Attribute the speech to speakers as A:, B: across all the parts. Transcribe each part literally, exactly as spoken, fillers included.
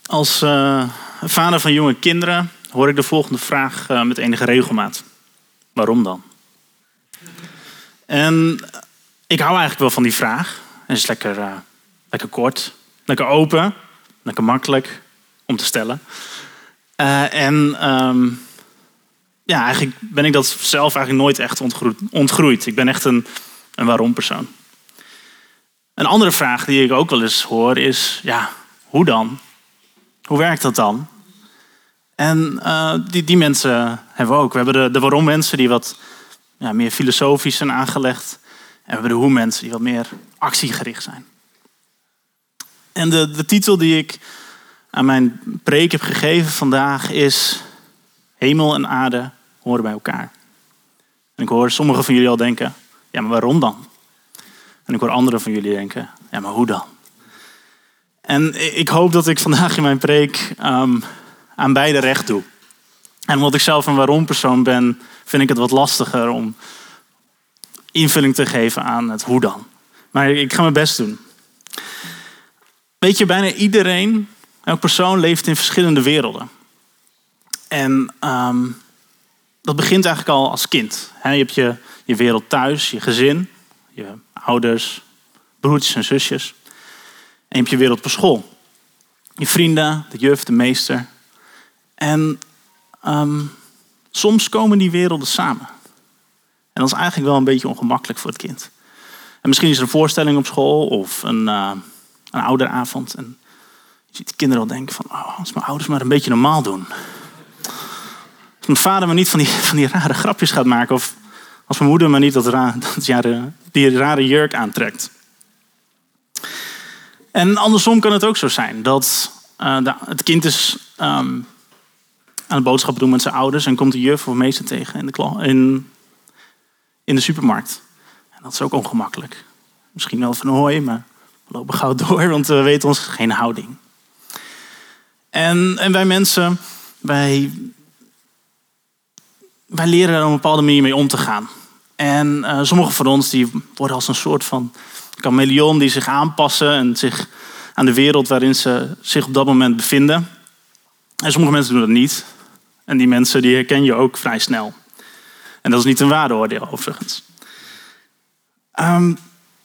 A: Als uh, vader van jonge kinderen hoor ik de volgende vraag uh, met enige regelmaat. Waarom dan? En ik hou eigenlijk wel van die vraag. Het is lekker, uh, lekker kort, lekker open, lekker makkelijk om te stellen. Uh, en um, ja, eigenlijk ben ik dat zelf eigenlijk nooit echt ontgroeid. ontgroeid. Ik ben echt een, een waarom persoon. Een andere vraag die ik ook wel eens hoor is, ja, hoe dan? Hoe werkt dat dan? En uh, die, die mensen hebben we ook. We hebben de, de waarom mensen die wat ja, meer filosofisch zijn aangelegd. En we hebben de hoe mensen die wat meer actiegericht zijn. En de, de titel die ik aan mijn preek heb gegeven vandaag is Hemel en aarde horen bij elkaar. En ik hoor sommigen van jullie al denken, ja, maar waarom dan? En ik hoor anderen van jullie denken, ja, maar hoe dan? En ik hoop dat ik vandaag in mijn preek um, aan beide recht doe. En omdat ik zelf een waarom persoon ben, vind ik het wat lastiger om invulling te geven aan het hoe dan. Maar ik ga mijn best doen. Weet je, bijna iedereen, elk persoon leeft in verschillende werelden. En um, dat begint eigenlijk al als kind. He, je hebt je, je wereld thuis, je gezin, je ouders, broertjes en zusjes. En je hebt je wereld op school. Je vrienden, de juf, de meester. En um, soms komen die werelden samen. En dat is eigenlijk wel een beetje ongemakkelijk voor het kind. En misschien is er een voorstelling op school of een, uh, een ouderavond. En je ziet de kinderen al denken van, oh, als mijn ouders maar een beetje normaal doen. Als mijn vader maar niet van die, van die rare grapjes gaat maken. Of als mijn moeder maar niet dat ra- dat jare, die rare jurk aantrekt. En andersom kan het ook zo zijn. Dat uh, de, het kind is um, aan de boodschap doen met zijn ouders. En komt de juf of meester tegen in de, kla- in, in de supermarkt. En dat is ook ongemakkelijk. Misschien wel van hoi, maar we lopen gauw door. Want we weten ons geen houding. En, en wij mensen, wij, wij leren er op een bepaalde manier mee om te gaan. En uh, sommigen van ons die worden als een soort van chameleon die zich aanpassen en zich aan de wereld waarin ze zich op dat moment bevinden. En sommige mensen doen dat niet. En die mensen die herken je ook vrij snel. En dat is niet een waardeoordeel overigens. Um,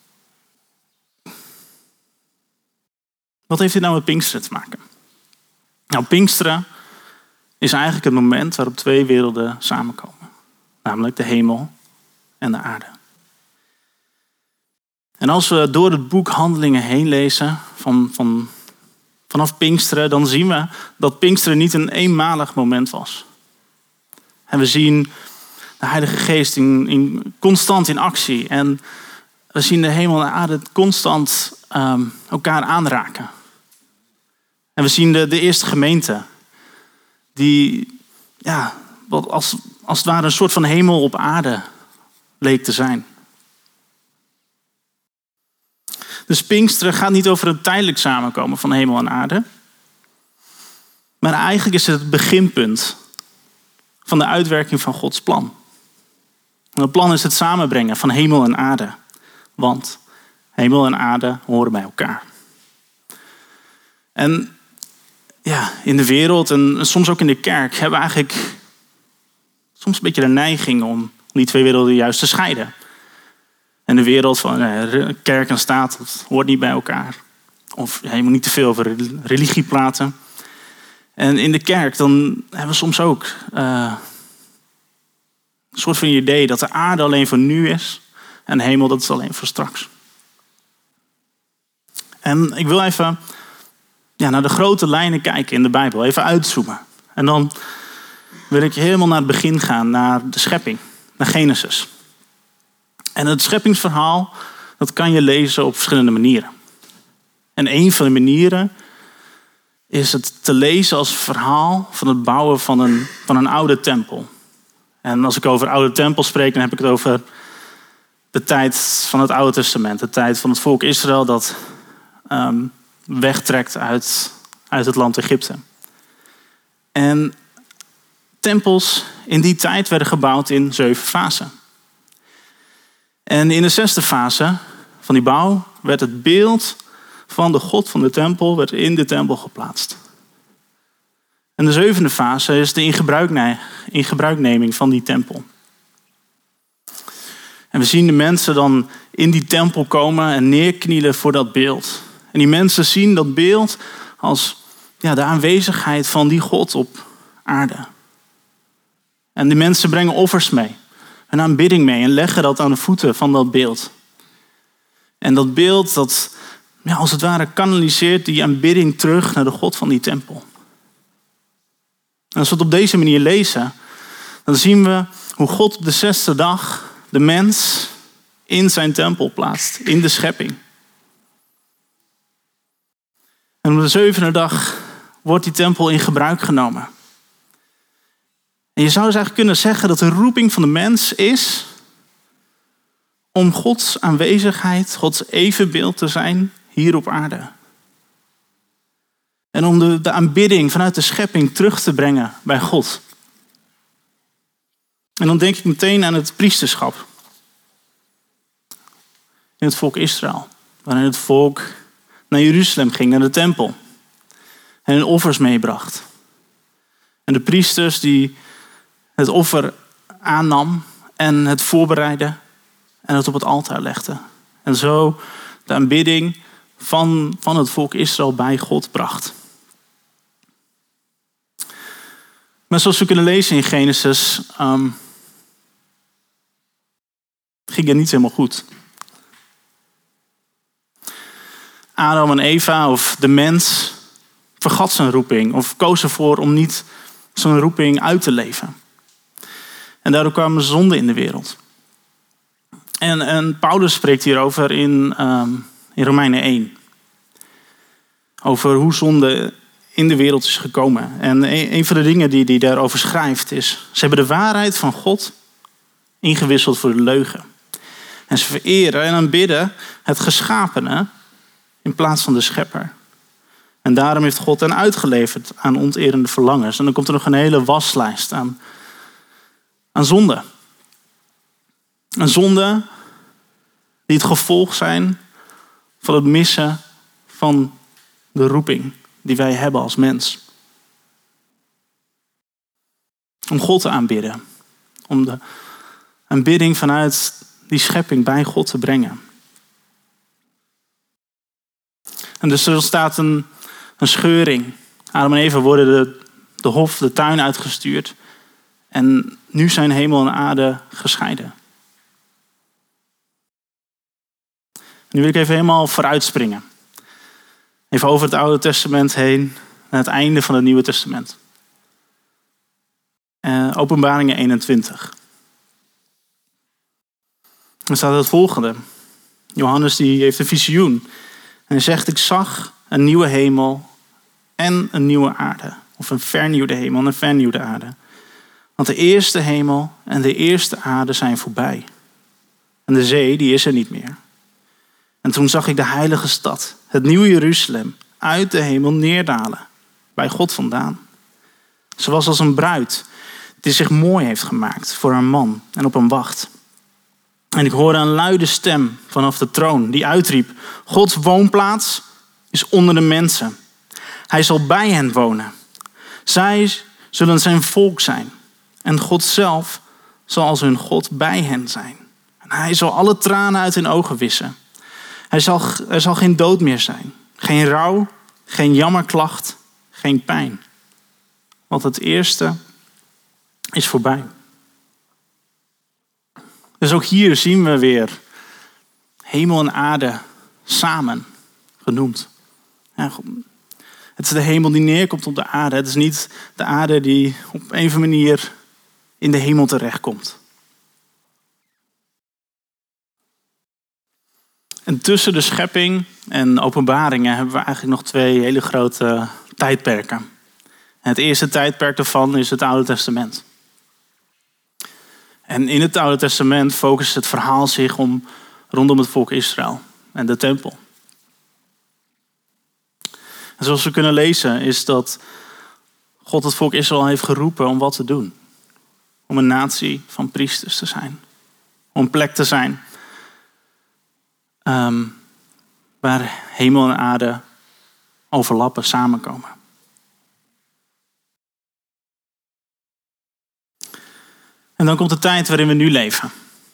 A: wat heeft dit nou met Pinksteren te maken? Nou, Pinksteren is eigenlijk het moment waarop twee werelden samenkomen. Namelijk de hemel en de aarde. En als we door het boek Handelingen heen lezen, van, van, vanaf Pinksteren, dan zien we dat Pinksteren niet een eenmalig moment was. En we zien de Heilige Geest in, in, constant in actie. En we zien de hemel en de aarde constant um, elkaar aanraken. En we zien de, de eerste gemeente, die ja, als, als het ware een soort van hemel op aarde leek te zijn. Dus Pinksteren gaat niet over een tijdelijk samenkomen van hemel en aarde. Maar eigenlijk is het het beginpunt van de uitwerking van Gods plan. En het plan is het samenbrengen van hemel en aarde. Want hemel en aarde horen bij elkaar. En ja, in de wereld en soms ook in de kerk hebben we eigenlijk soms een beetje de neiging om die twee werelden juist te scheiden. En de wereld van eh, kerk en staat, dat hoort niet bij elkaar. Of ja, je moet niet te veel over religie praten. En in de kerk dan hebben we soms ook uh, een soort van idee dat de aarde alleen voor nu is. En de hemel, dat is alleen voor straks. En ik wil even ja, naar de grote lijnen kijken in de Bijbel. Even uitzoomen. En dan wil ik helemaal naar het begin gaan, naar de schepping. Naar Genesis. En het scheppingsverhaal, dat kan je lezen op verschillende manieren. En een van de manieren is het te lezen als verhaal van het bouwen van een, van een oude tempel. En als ik over oude tempel spreek, dan heb ik het over de tijd van het Oude Testament. De tijd van het volk Israël dat um, wegtrekt uit, uit het land Egypte. En tempels in die tijd werden gebouwd in zeven fasen. En in de zesde fase van die bouw werd het beeld van de God van de tempel werd in de tempel geplaatst. En de zevende fase is de ingebruikne- ingebruikneming van die tempel. En we zien de mensen dan in die tempel komen en neerknielen voor dat beeld. En die mensen zien dat beeld als ja, de aanwezigheid van die God op aarde. En die mensen brengen offers mee, een aanbidding mee en leggen dat aan de voeten van dat beeld. En dat beeld, dat ja, als het ware kanaliseert die aanbidding terug naar de God van die tempel. En als we het op deze manier lezen, dan zien we hoe God op de zesde dag de mens in zijn tempel plaatst, in de schepping. En op de zevende dag wordt die tempel in gebruik genomen. En je zou dus eigenlijk kunnen zeggen dat de roeping van de mens is om Gods aanwezigheid, Gods evenbeeld te zijn hier op aarde. En om de, de aanbidding vanuit de schepping terug te brengen bij God. En dan denk ik meteen aan het priesterschap. In het volk Israël. Waarin het volk naar Jeruzalem ging, naar de tempel. En hun offers meebracht. En de priesters die het offer aannam en het voorbereidde en het op het altaar legde. En zo de aanbidding van, van het volk Israël bij God bracht. Maar zoals we kunnen lezen in Genesis, um, ging het niet helemaal goed. Adam en Eva of de mens vergat zijn roeping of koos ervoor om niet zijn roeping uit te leven. En daardoor kwamen zonden in de wereld. En, en Paulus spreekt hierover in, um, in Romeinen één. Over hoe zonde in de wereld is gekomen. En een, een van de dingen die hij daarover schrijft is: ze hebben de waarheid van God ingewisseld voor de leugen. En ze vereren en aanbidden het geschapene in plaats van de schepper. En daarom heeft God hen uitgeleverd aan onterende verlangens. En dan komt er nog een hele waslijst aan, aan zonden. Een zonde die het gevolg zijn van het missen van de roeping die wij hebben als mens. Om God te aanbidden. Om de aanbidding vanuit die schepping bij God te brengen. En dus er ontstaat een, een scheuring. Adam en Eva worden de, de hof, de tuin uitgestuurd. En nu zijn hemel en aarde gescheiden. Nu wil ik even helemaal vooruit springen. Even over het Oude Testament heen naar het einde van het Nieuwe Testament. Uh, Openbaringen eenentwintig. Dan staat het volgende. Johannes die heeft een visioen. En hij zegt: ik zag een nieuwe hemel en een nieuwe aarde. Of een vernieuwde hemel en een vernieuwde aarde. Want de eerste hemel en de eerste aarde zijn voorbij. En de zee die is er niet meer. En toen zag ik de heilige stad, het nieuwe Jeruzalem, uit de hemel neerdalen. Bij God vandaan. Ze was als een bruid die zich mooi heeft gemaakt voor haar man en op hem wacht. En ik hoorde een luide stem vanaf de troon die uitriep: Gods woonplaats is onder de mensen. Hij zal bij hen wonen. Zij zullen zijn volk zijn. En God zelf zal als hun God bij hen zijn. En hij zal alle tranen uit hun ogen wissen. Hij zal, er zal geen dood meer zijn. Geen rouw, geen jammerklacht, geen pijn. Want het eerste is voorbij. Dus ook hier zien we weer hemel en aarde samen genoemd. Ja, het is de hemel die neerkomt op de aarde. Het is niet de aarde die op een of andere manier in de hemel terechtkomt. En tussen de schepping en openbaringen hebben we eigenlijk nog twee hele grote tijdperken. En het eerste tijdperk daarvan is het Oude Testament. En in het Oude Testament focust het verhaal zich om rondom het volk Israël en de tempel. En zoals we kunnen lezen is dat God het volk Israël heeft geroepen om wat te doen. Om een natie van priesters te zijn. Om een plek te zijn um, waar hemel en aarde overlappen, samenkomen. En dan komt de tijd waarin we nu leven.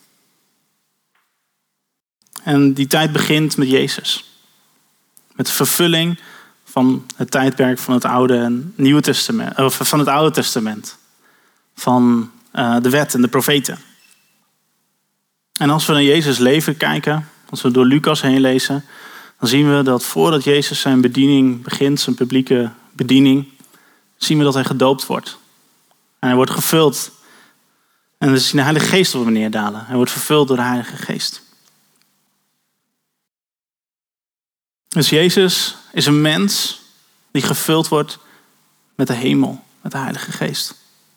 A: En die tijd begint met Jezus. Met de vervulling van het tijdperk van het Oude en Nieuwe Testament, of van het Oude Testament. Van uh, de wet en de profeten. En als we naar Jezus' leven kijken, als we door Lucas heen lezen, dan zien we dat voordat Jezus zijn bediening begint, zijn publieke bediening, zien we dat hij gedoopt wordt. En hij wordt gevuld. En we zien de Heilige Geest op hem neerdalen. Hij wordt vervuld door de Heilige Geest. Dus Jezus is een mens die gevuld wordt met de hemel, met de Heilige Geest.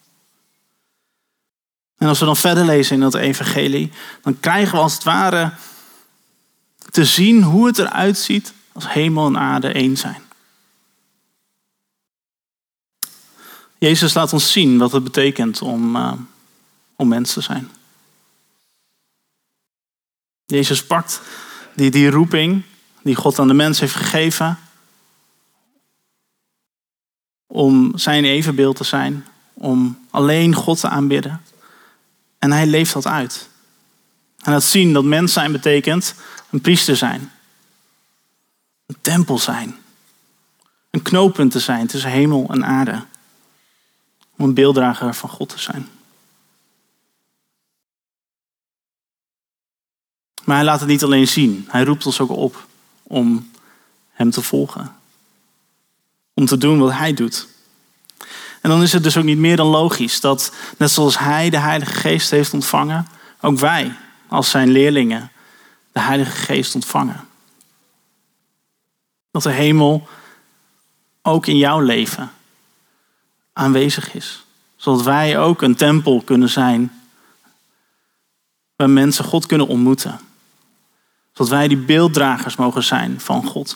A: En als we dan verder lezen in dat evangelie, dan krijgen we als het ware te zien hoe het eruit ziet als hemel en aarde één zijn. Jezus laat ons zien wat het betekent om, uh, om mens te zijn. Jezus pakt die, die roeping die God aan de mens heeft gegeven om zijn evenbeeld te zijn, om alleen God te aanbidden. En hij leeft dat uit. Hij laat zien dat mens zijn betekent een priester zijn. Een tempel zijn. Een knooppunt te zijn tussen hemel en aarde. Om een beelddrager van God te zijn. Maar hij laat het niet alleen zien. Hij roept ons ook op om hem te volgen. Om te doen wat hij doet. En dan is het dus ook niet meer dan logisch dat net zoals hij de Heilige Geest heeft ontvangen, ook wij als zijn leerlingen de Heilige Geest ontvangen. Dat de hemel ook in jouw leven aanwezig is. Zodat wij ook een tempel kunnen zijn waar mensen God kunnen ontmoeten. Zodat wij die beelddragers mogen zijn van God.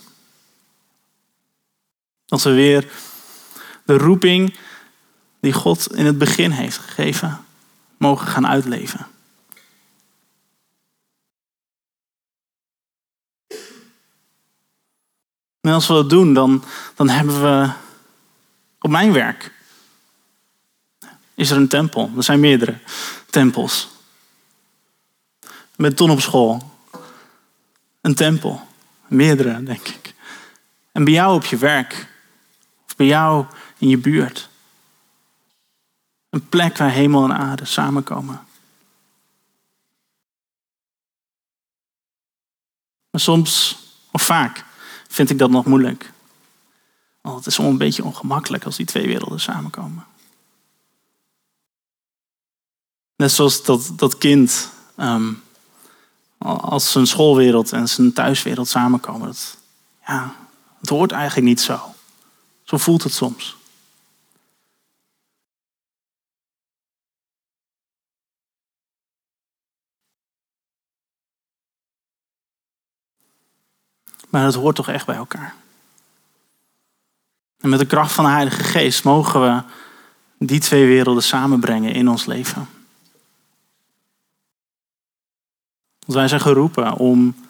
A: Dat we weer de roeping die God in het begin heeft gegeven, mogen gaan uitleven. En als we dat doen, dan, dan hebben we op mijn werk is er een tempel. Er zijn meerdere tempels. Met Ton op school. Een tempel. Meerdere, denk ik. En bij jou op je werk. Of bij jou in je buurt. Een plek waar hemel en aarde samenkomen. Maar soms, of vaak, vind ik dat nog moeilijk. Want het is soms een beetje ongemakkelijk als die twee werelden samenkomen. Net zoals dat, dat kind, um, als zijn schoolwereld en zijn thuiswereld samenkomen. Dat, ja, het hoort eigenlijk niet zo. Zo voelt het soms. Maar het hoort toch echt bij elkaar. En met de kracht van de Heilige Geest mogen we die twee werelden samenbrengen in ons leven. Want wij zijn geroepen om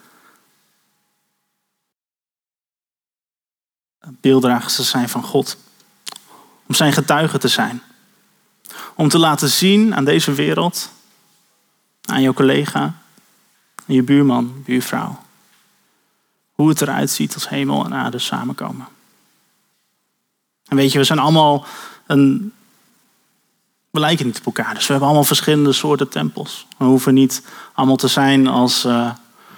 A: beelddragers te zijn van God. Om zijn getuigen te zijn. Om te laten zien aan deze wereld, aan jouw collega, aan je buurman, buurvrouw, hoe het eruit ziet als hemel en aarde samenkomen. En weet je, we zijn allemaal een... We lijken niet op elkaar, dus we hebben allemaal verschillende soorten tempels. We hoeven niet allemaal te zijn als uh,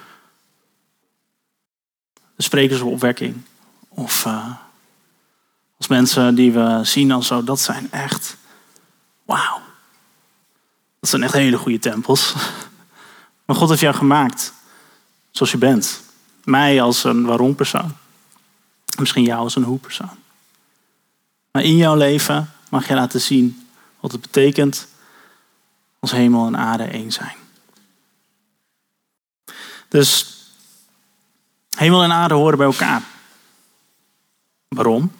A: de sprekers op opwekking. Of uh, als mensen die we zien als zo. Dat zijn echt, wauw. Dat zijn echt hele goede tempels. Maar God heeft jou gemaakt zoals je bent. Mij als een waarom-persoon. Misschien jou als een hoe-persoon. Maar in jouw leven mag je laten zien wat het betekent als hemel en aarde één zijn. Dus hemel en aarde horen bij elkaar. Waarom?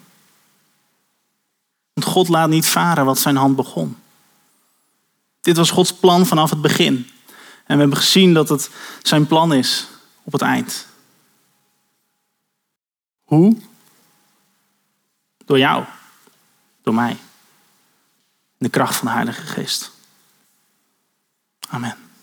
A: Want God laat niet varen wat zijn hand begon. Dit was Gods plan vanaf het begin. En we hebben gezien dat het zijn plan is op het eind. Hoe? Door jou. Door mij. De kracht van de Heilige Geest. Amen.